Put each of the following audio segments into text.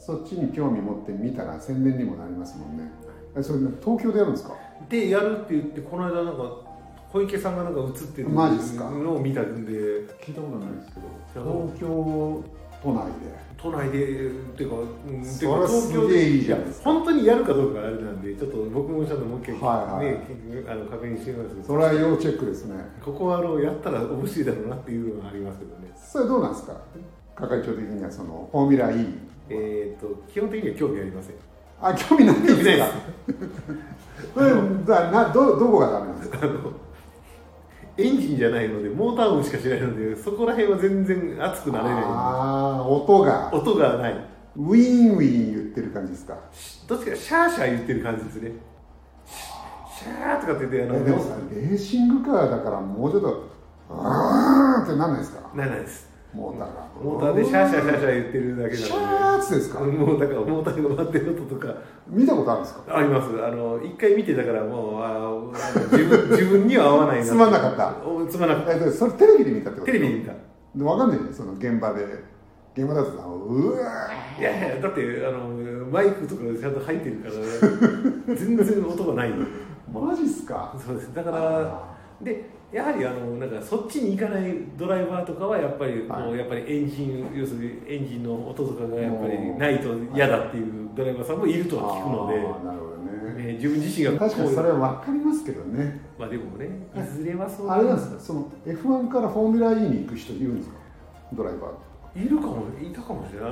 そっちに興味持って見たら宣伝にもなりますもんね。それ東京でやるんですか？ でやるって言って、この間なんか小池さんがなんか映ってるのを見たんで、 聞いたことないですけど、東京都内でっていうか、 それはすげえいいじゃないですか。 本当にやるかどうかあれなんで、ちょっと僕もちゃんともう一回、 はいはい、 確認してみますけど、 それは要チェックですね。 ここはやったら面白いだろうなっていうのがありますけどね。 それどうなんですか、係長的にはそのフォーミュラ E。 基本的には興味ありません。 あ、興味ないんですか？これどこがダメなんですか？ エンジンじゃないので、モーター音しかしないので、そこら辺は全然熱くなれない。 ああ、音がない。ウィーンウィーン言ってる感じですか？ どっちかシャーシャー言ってる感じですね。シャーとかって言って、 でもさ、レーシングカーだからもうちょっとあーってなんないですか？ なんないです。 モーターでシャーシャーシャーシャー言ってるだけなので。 シャーッですか？ もうだからモーターが回ってる音とか見たことあるんですか？ あります。一回見てたからもう自分には合わないな。 つまんなかった。 つまんなかった。 それテレビで見たってこと？ テレビで見た。 わかんないね、その現場だとうわー。いやだってマイクとかちゃんと入ってるから全然音がない。 マジっすか？ そうです。だからでやはりなんかそっちに行かないドライバーとかはやっぱりやっぱりエンジン、要するにエンジンの音とかがやっぱりないと嫌だっていうドライバーさんもいるとは聞くので。 なるほどね。 自分自身が確かにそれは分かりますけどね。 まあでもね、いずれはそうあれなんですか、その F1 からフォーミュラ E に行く人いるんですか？ドライバーいたかもしれない。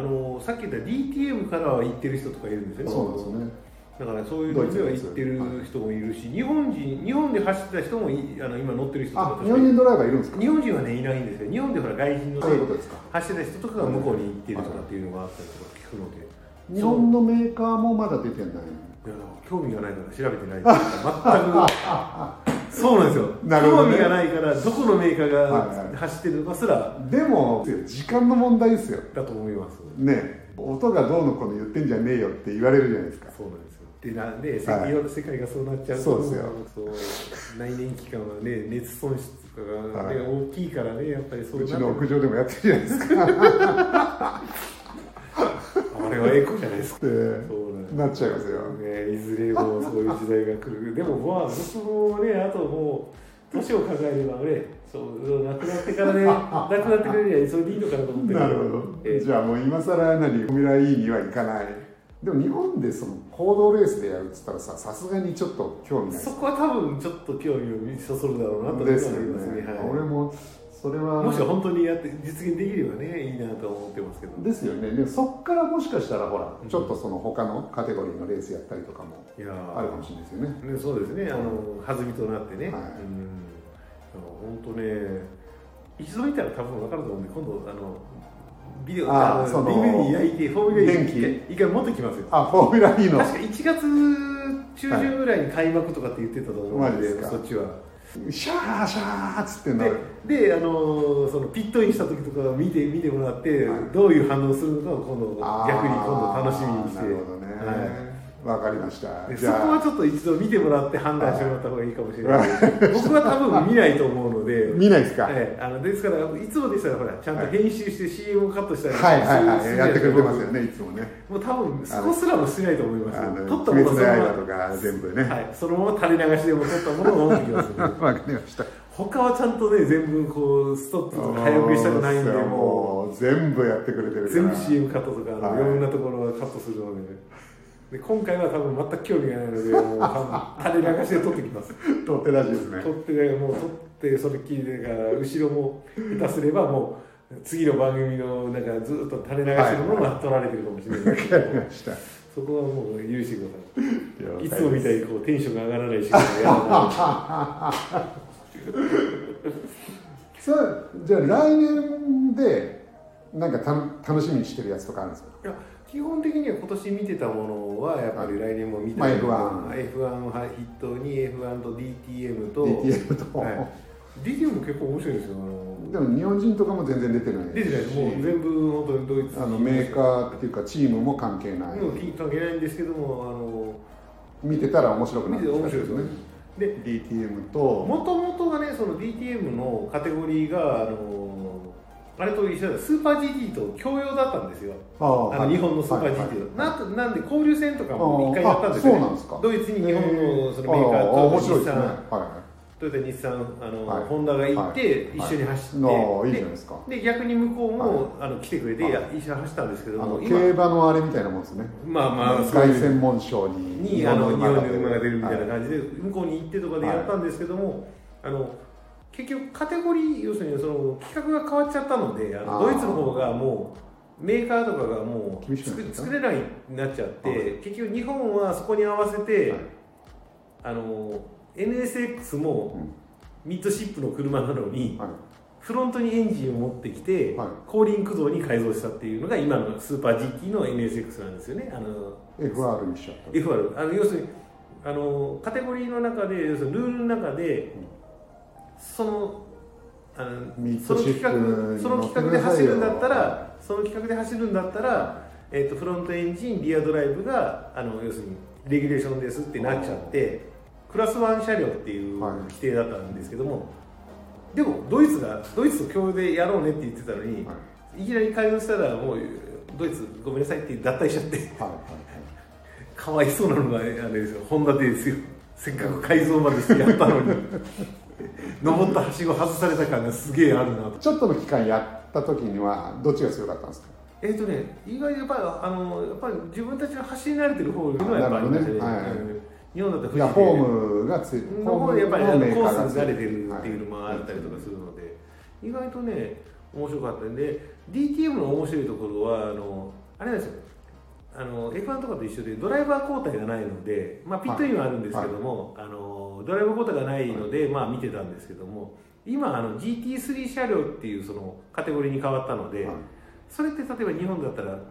さっき言った DTM からは行ってる人とかいるんですよね。 そうですね。 だからそういうのでは行ってる人もいるし、日本で走ってた人も今乗ってる人とか。 日本人ドライバーいるんですか？ 日本人はねいないんですよ。日本でほら外人のそういうことですか。 走ってた人とかが向こうに行ってるとかっていうのがあったりとか聞くので。 日本のメーカーもまだ出てない。 いや興味がないから調べてないです全くそうなんですよ、興味がないからどこのメーカーが走ってるのかすら。 でも時間の問題ですよ。 だと思いますね。音がどうのこうの言ってんじゃねえよって言われるじゃないですか。 そうなんですよ。でなんで、いろんな世界がそうなっちゃうと、 そうですよ。 内燃機関はね、熱損失とかが、ね大きいからね、やっぱりそうなる。 うちの屋上でもやってるじゃないですか。 あれはエコじゃないですか。 そうなっちゃいますよ。 いずれもそういう時代が来る。でもまあ僕もね、あともう年を考えればね、亡くなってからね、亡くなってくれりゃそれでいいのかなと思ってる。 なるほど。じゃあもう今更フォーミュラ E には行かない。でも日本でその公道レースでやるっつったらさすがにちょっと興味ない。 そこは多分ちょっと興味をそそるだろうなと思いますね。 俺もそれはもし本当にやって実現できればねいいなと思ってますけど。 ですよね。でそっからもしかしたらほら、ちょっとその他のカテゴリーのレースやったりとかもあるかもしれないですよね。 そうですね。弾みとなってね。本当ね、一度見たら多分分かると思うんで、今度ビデオに焼いてフォーミュラ E 一回持ってきますよ。 フォーミュラ E の確か1月中旬ぐらいに開幕とかって言ってたと思うので、そっちはシャーシャーっつってんだ。 でそのピットインした時とか見てもらって、どういう反応するのかを今度逆に今度楽しみにして。 なるほどね。わかりました。 そこはちょっと一度見てもらって判断してもらった方がいいかもしれない。僕は多分見ないと思うので。 見ないですか？ ですからいつもでしたらほらちゃんと編集して CM をカットしたりやってくれてますよね、いつもね。 もう多分そこすらもしてないと思います。 撮ったものそのままとか全部ね。 そのまま垂れ流しでも撮ったものを持ってきます。 わかりました。 他はちゃんとね全部こうストップとか早送りしたくないんでもう全部やってくれてるから。 全部 CM カットとかいろんなところはカットするので。で今回は多分全く興味がないので、もう垂れ流しで撮ってきます。 撮ってらしいですね。 撮ってそれっきりでから後ろも下手すればもう次の番組のなんかずっと垂れ流しのものが撮られてるかもしれないですけど、そこはもう許してください。いつもみたいにこうテンションが上がらない仕事をやらない。 さあじゃあ来年でなんか楽しみにしてるやつとかあるんですか？ いや基本的には今年見てたものはやっぱり来年も見たい、 F1 を筆頭に F1 と DTM と DTM も結構面白いですよ。 でも日本人とかも全然出てない。 出てないです。もう全部本当にドイツメーカーっていうかチームも関係ない。 関係ないんですけども見てたら面白くなってきたんですよね。 で DTM ともともとがねその DTM のカテゴリーがあれと一緒だ、スーパー GT と共用だったんですよ、日本のスーパー GT と、なんで交流戦とかも1回やったんですよね、ドイツに日本のそのメーカーと面白いですね、 トヨタ、日産、ホンダが行って、一緒に走って、で逆に向こうも来てくれて、一緒に走ったんですけども、 競馬のあれみたいなもんですね、凱旋門賞に日本の馬が出るみたいな感じで、向こうに行ってとかでやったんですけども、結局、カテゴリー、要するにその規格が変わっちゃったので、ドイツの方がもう、メーカーとかがもう作れないになっちゃって、結局、日本はそこに合わせて、NSX もミッドシップの車なのに、フロントにエンジンを持ってきて、後輪駆動に改造したっていうのが、今のスーパー GT の NSX なんですよね。 FR にしちゃった。 FR。要するにカテゴリーの中で、要するにルールの中で、その規格で走るんだったら、フロントエンジン、リアドライブが要するにレギュレーションですってなっちゃって、クラス1車両っていう規定だったんですけども、でもドイツと共有でやろうねって言ってたのに、いきなり改造したらもうドイツごめんなさいって脱退しちゃって、かわいそうなのがあれですよ、ホンダですよ。せっかく改造までしてやったのに登ったはしご外された感がすげえあるなと。 ちょっとの期間やった時にはどっちが強かったんですか？ 意外にやっぱり自分たちの走り慣れてる方がやっぱりありましたね。日本だったらフォームがついてるの方でやっぱりコースに慣れてるっていうのもあったりとかするので、意外とね面白かったんで、 DTM の面白いところはあれなんですよ、F1 とかと一緒でドライバー交代がないので、ピットインはあるんですけども、ドライバー交代がないので、見てたんですけども、今GT3 車両っていうそのカテゴリーに変わったので、それって例えば日本だったら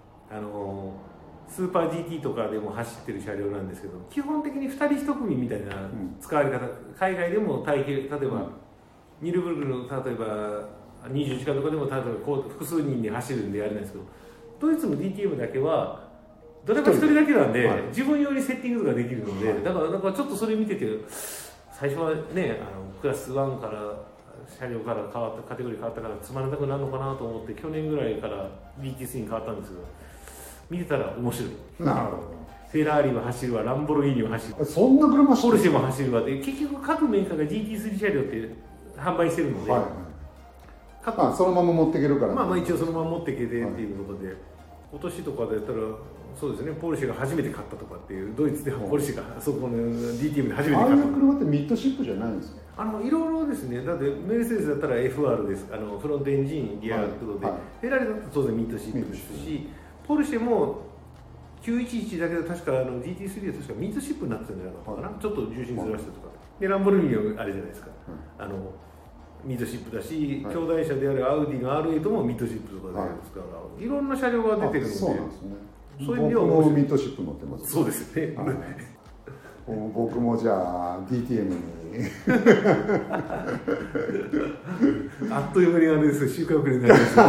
スーパー GT とかでも走ってる車両なんですけど、基本的に2人1組みたいな使われ方、海外でも例えば、ニルブルグの例えば24時間とかでも例えば複数人で走るんであれなんですけど、ドイツの DTM だけはドライバー1人だけなんで、自分用にセッティングができるので、だからちょっとそれ見てて、最初はねクラス1から車両から変わったカテゴリー変わったからつまらなくなるのかなと思って去年ぐらいから BT3 に変わったんですけど、見てたら面白い。 なるほど。 フェラーリは走るわ、ランボルギーニは走るわ、 そんな車ポルシェも走るわで、結局各メーカーが GT3 車両って販売してるので、 そのまま持っていけるから、 一応そのまま持っていけてっていうことで、今年とかでやったらそうですね、ポルシェが初めて買ったとかっていう、ドイツでポルシェがそこの DTM で初めて買った。 ああいう車ってミッドシップじゃないんですか？ いろいろですね。だってメルセデスだったら FR です。フロントエンジンリア駆動で、フェラーリだと当然ミッドシップですし、ポルシェも911だけど確かGT3 は確かミッドシップになってたんじゃなかったかな、ちょっと重心ずらしたとかで、ランボルギーニはあれじゃないですか、ミッドシップだし、兄弟車であるアウディの R8 もミッドシップとかですから、いろんな車両が出てるので、 そうなんですね。 そういう意味では僕もミッドシップ乗ってます。 そうですね。 僕もじゃあ DTM にあっという間にあれですよ、周回遅れになります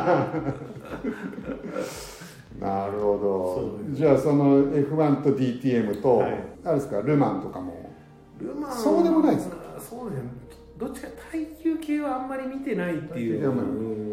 なるほど。じゃあその F1 と DTM と、あれですか、ルマンとかも。 ルマンそうでもないですか？ そうですね。どっちか耐久系はあんまり見てないっていう、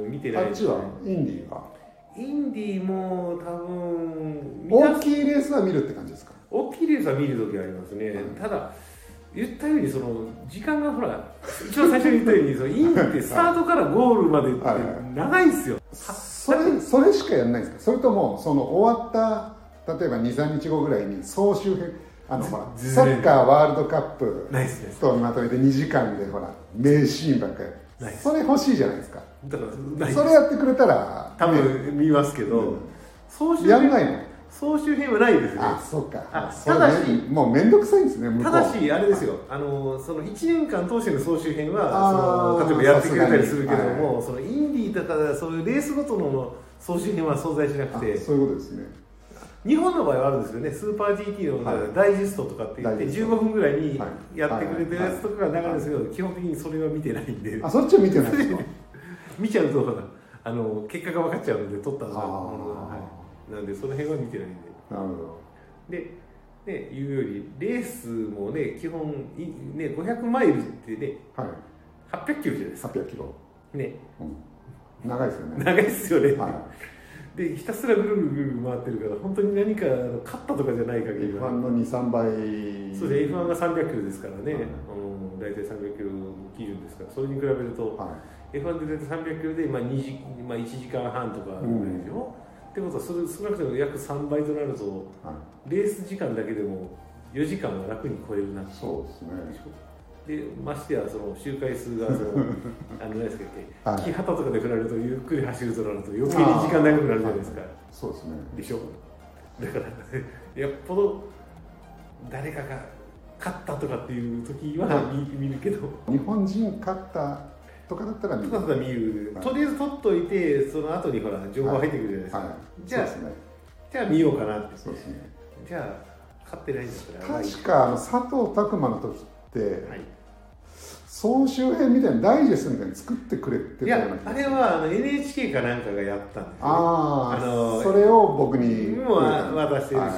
見てない。 あっちはインディーが。 インディーも多分大きいレースは見るって感じですか？ 大きいレースは見るときありますね。ただ言ったようにその時間がほら一番最初に言ったようにそのインってスタートからゴールまでって長いんですよ。 それしかやらないんですか？それともその終わった例えば 2,3 日後ぐらいに総集編ほらサッカーワールドカップとまとめて2時間でほら名シーンばっかり、それ欲しいじゃないですか。 だからそれやってくれたら多分見ますけど、 総集編やんないの？ 総集編はないですね。 そうか。 ただしもう面倒くさいんですね。 ただしあれですよ、その1年間通しての総集編は例えばやってくれたりするけども、そのインディーだからそういうレースごとの総集編は存在しなくて、 そういうことですね。 日本の場合はあるんですよね。スーパー GT のダイジェストとかって言って15分ぐらいにやってくれてるやつとかが流れるんですけど、基本的にそれは見てないんで。 そっちは見てないですか？ 見ちゃうと結果が分かっちゃうので、取ったものが、なんでその辺は見てないんで。 なるほど。 でいうよりレースもね、基本500マイルってね、800キロじゃないですか。 800キロね、 長いですよね。 長いですよね、 はい、 でひたすらぐるぐるぐるぐる回ってるから本当に何か勝ったとかじゃない限りは F1 の 2,3 倍。 そうですね、 F1 が300キロですからね、大体300キロ基準ですから、それに比べると、はい、F1 で大体300キロで、1時間半とかぐらいでしょ、ってことは少なくとも約3倍となると、はい、レース時間だけでも4時間は楽に超えるなって。 そうですね。 でましてやその周回数が何ですかっけ、木旗とかで振られるとゆっくり走るとなると余計に時間長くなるじゃないですか。 そうですね。 でしょ。だからやっぽど誰かが勝ったとかっていう時は見るけど、 日本人勝ったとかだったら見る。とりあえず取っといてその後にほら情報入ってくるじゃないですか。じゃあ見ようかなって。そうですね。じゃあ勝ってないんですから。 確か佐藤拓磨の時って、はい、総集編みたいなダイジェストみたいに作ってくれてたような気がする。 あれはNHK かなんかがやったんですよ、ね。それを僕にも渡してるし、はい、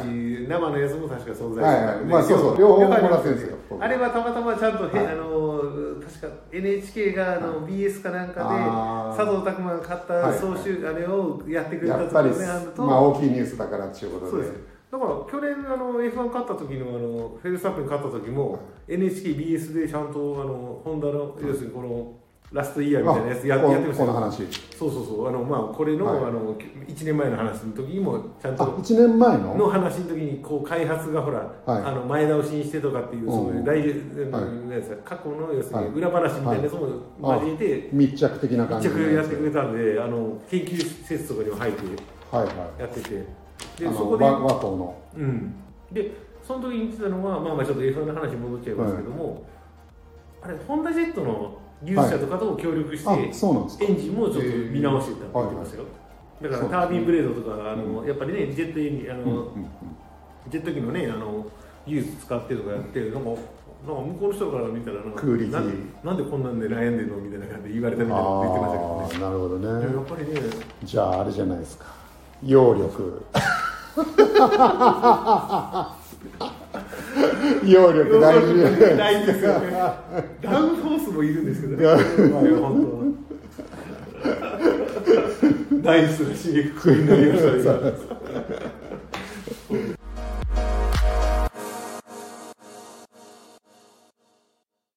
生のやつも確か存在してたんで、 そう両方もらってるんですよ。 あれはたまたまちゃんと、はい、確か NHK がBS かなんかで佐藤拓磨が勝った総集、あれをやってくれたところであると、 大きいニュースだからっていうことで。 だから去年F1 勝った時のフェルスタッペン勝った時も NHKBS でちゃんとホンダの要するにこのラストイヤーみたいなやつやってましたよ。 この話。 そうこれの、1年前の話の時にもちゃんと 1年前の話の時にこう開発がほら、前倒しにしてとかっていうそういう過去の要するに裏話みたいなやつも交えて密着的な感じでやってくれたんで研究施設とかにも入ってやってて。でそこで和光の、 でその時に言ってたのは、ちょっと F1 の話に戻っちゃいますけども、あれホンダジェットの技術者とかと協力して、エンジンもちょっと見直してたって言ってましたよ。だからタービンブレードとかやっぱりねジェット機のね技術使ってとかやってなんか向こうの人から見たらなんでこんなんで悩んでるのみたいな感じで言われたみたいなこと言ってましたけどね。 なるほどね。 やっぱりね、 じゃああれじゃないですか、揚力揚力大事大事ですよね。ダウンフォースもいるんですけどね。本当大好きな刺激になりました。